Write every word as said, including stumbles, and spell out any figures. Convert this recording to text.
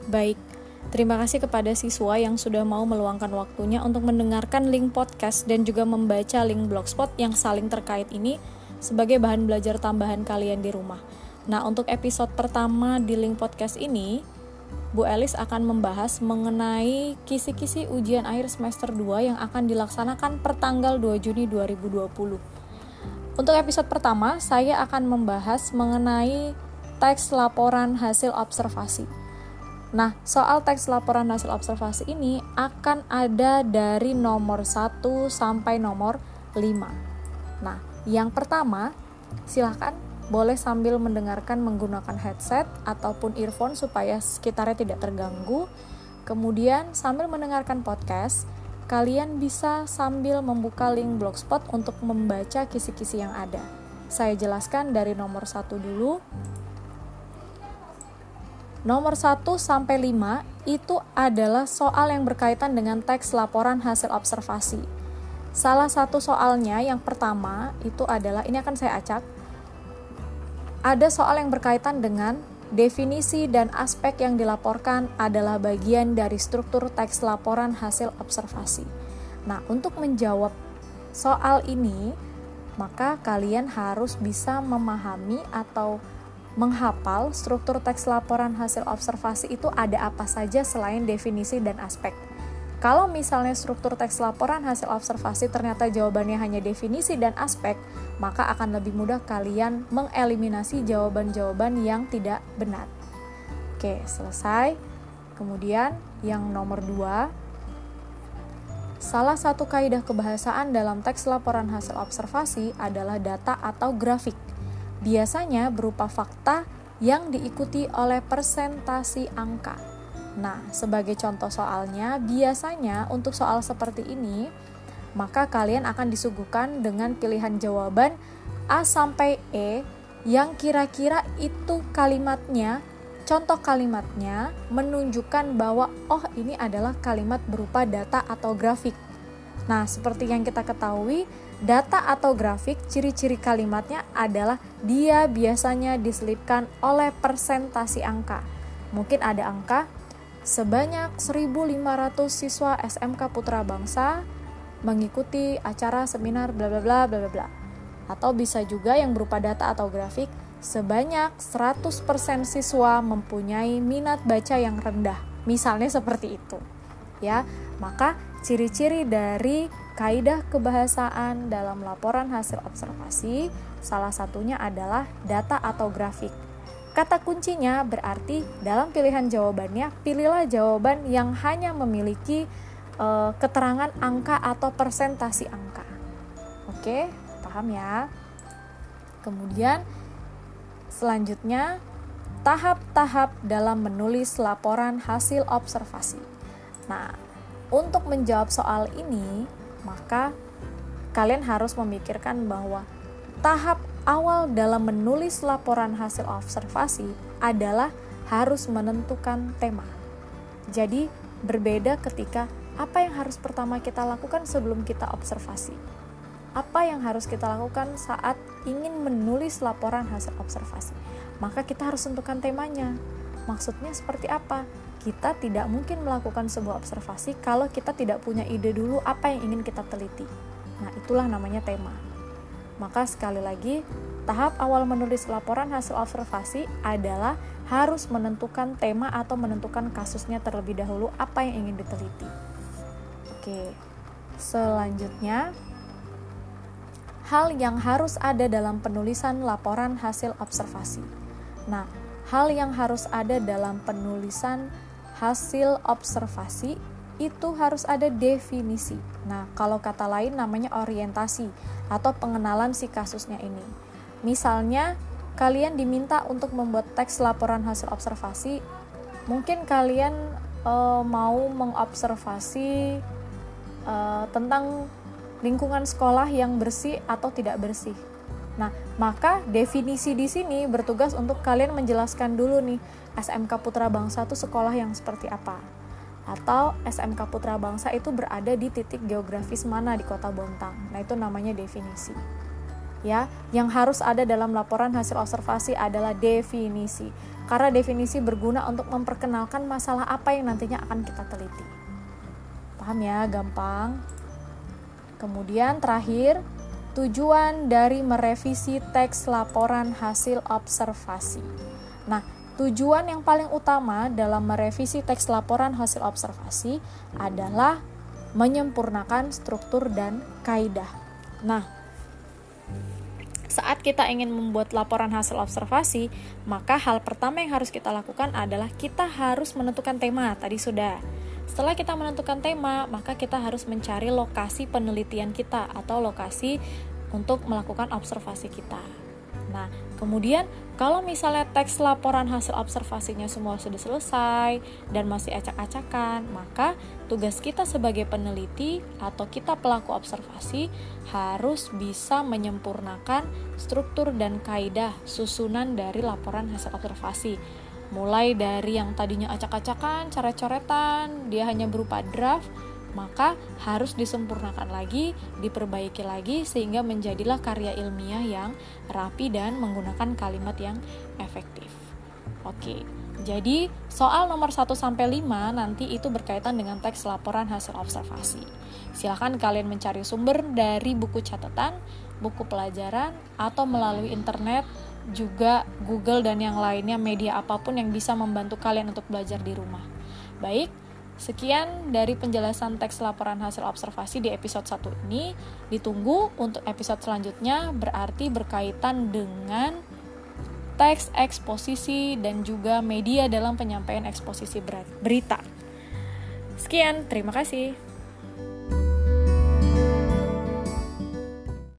Baik, terima kasih kepada siswa yang sudah mau meluangkan waktunya untuk mendengarkan link podcast dan juga membaca link blogspot yang saling terkait ini sebagai bahan belajar tambahan kalian di rumah. Nah, untuk episode pertama di link podcast ini, Bu Elis akan membahas mengenai kisi-kisi ujian akhir semester dua yang akan dilaksanakan per tanggal dua Juni dua ribu dua puluh. Untuk episode pertama, saya akan membahas mengenai teks laporan hasil observasi. Nah, soal teks laporan hasil observasi ini akan ada dari nomor satu sampai nomor lima. Nah, yang pertama, silakan boleh sambil mendengarkan menggunakan headset ataupun earphone supaya sekitarnya tidak terganggu. Kemudian, sambil mendengarkan podcast, kalian bisa sambil membuka link blogspot untuk membaca kisi-kisi yang ada. Saya jelaskan dari nomor satu dulu. Nomor satu sampai lima itu adalah soal yang berkaitan dengan teks laporan hasil observasi. Salah satu soalnya yang pertama itu adalah, ini akan saya acak, ada soal yang berkaitan dengan definisi dan aspek yang dilaporkan adalah bagian dari struktur teks laporan hasil observasi. Nah, untuk menjawab soal ini, maka kalian harus bisa memahami atau menghafal struktur teks laporan hasil observasi itu ada apa saja selain definisi dan aspek. Kalau misalnya struktur teks laporan hasil observasi ternyata jawabannya hanya definisi dan aspek, maka akan lebih mudah kalian mengeliminasi jawaban-jawaban yang tidak benar. Oke, selesai. Kemudian yang nomor dua, salah satu kaidah kebahasaan dalam teks laporan hasil observasi adalah data atau grafik. Biasanya berupa fakta yang diikuti oleh presentasi angka. Nah, sebagai contoh soalnya, biasanya untuk soal seperti ini, maka kalian akan disuguhkan dengan pilihan jawaban A sampai E yang kira-kira itu kalimatnya, contoh kalimatnya menunjukkan bahwa oh ini adalah kalimat berupa data atau grafik. Nah, seperti yang kita ketahui, data atau grafik, ciri-ciri kalimatnya adalah dia biasanya diselipkan oleh presentasi angka. Mungkin ada angka sebanyak seribu lima ratus siswa S M K Putra Bangsa mengikuti acara seminar bla bla bla bla bla. Atau bisa juga yang berupa data atau grafik, sebanyak seratus persen siswa mempunyai minat baca yang rendah. Misalnya seperti itu. Ya, maka ciri-ciri dari kaidah kebahasaan dalam laporan hasil observasi salah satunya adalah data atau grafik. Kata kuncinya berarti dalam pilihan jawabannya, pilihlah jawaban yang hanya memiliki e, keterangan angka atau persentasi angka. Oke, paham ya? Kemudian selanjutnya, tahap-tahap dalam menulis laporan hasil observasi. Nah, untuk menjawab soal ini, maka kalian harus memikirkan bahwa tahap awal dalam menulis laporan hasil observasi adalah harus menentukan tema. Jadi, berbeda ketika apa yang harus pertama kita lakukan sebelum kita observasi. Apa yang harus kita lakukan saat ingin menulis laporan hasil observasi? Maka kita harus tentukan temanya. Maksudnya seperti apa? Kita tidak mungkin melakukan sebuah observasi kalau kita tidak punya ide dulu apa yang ingin kita teliti. Nah, itulah namanya tema. Maka sekali lagi, tahap awal menulis laporan hasil observasi adalah harus menentukan tema atau menentukan kasusnya terlebih dahulu apa yang ingin diteliti. Oke, selanjutnya, hal yang harus ada dalam penulisan laporan hasil observasi. Nah, hal yang harus ada dalam penulisan hasil observasi itu harus ada definisi. Nah, kalau kata lain namanya orientasi atau pengenalan si kasusnya ini. Misalnya, kalian diminta untuk membuat teks laporan hasil observasi, mungkin kalian e, mau mengobservasi e, tentang lingkungan sekolah yang bersih atau tidak bersih. Nah, maka definisi di sini bertugas untuk kalian menjelaskan dulu nih, S M K Putra Bangsa itu sekolah yang seperti apa. Atau S M K Putra Bangsa itu berada di titik geografis mana di Kota Bontang. Nah, itu namanya definisi. ya, yang harus ada dalam laporan hasil observasi adalah definisi. Karena definisi berguna untuk memperkenalkan masalah apa yang nantinya akan kita teliti. Paham ya, gampang. Kemudian terakhir, tujuan dari merevisi teks laporan hasil observasi. Nah, tujuan yang paling utama dalam merevisi teks laporan hasil observasi adalah menyempurnakan struktur dan kaidah. Nah, saat kita ingin membuat laporan hasil observasi, maka hal pertama yang harus kita lakukan adalah kita harus menentukan tema. Tadi sudah. Setelah kita menentukan tema, maka kita harus mencari lokasi penelitian kita atau lokasi untuk melakukan observasi kita. Nah, kemudian kalau misalnya teks laporan hasil observasinya semua sudah selesai dan masih acak-acakan, maka tugas kita sebagai peneliti atau kita pelaku observasi harus bisa menyempurnakan struktur dan kaidah susunan dari laporan hasil observasi. Mulai dari yang tadinya acak-acakan, coret-coretan, dia hanya berupa draft, maka harus disempurnakan lagi, diperbaiki lagi sehingga menjadilah karya ilmiah yang rapi dan menggunakan kalimat yang efektif. Oke, jadi soal nomor satu sampai lima nanti itu berkaitan dengan teks laporan hasil observasi. Silakan kalian mencari sumber dari buku catatan, buku pelajaran, atau melalui internet, juga Google dan yang lainnya, media apapun yang bisa membantu kalian untuk belajar di rumah. Baik, sekian dari penjelasan teks laporan hasil observasi di episode satu ini. Ditunggu untuk episode selanjutnya, berarti berkaitan dengan teks eksposisi dan juga media dalam penyampaian eksposisi berita. Sekian, terima kasih.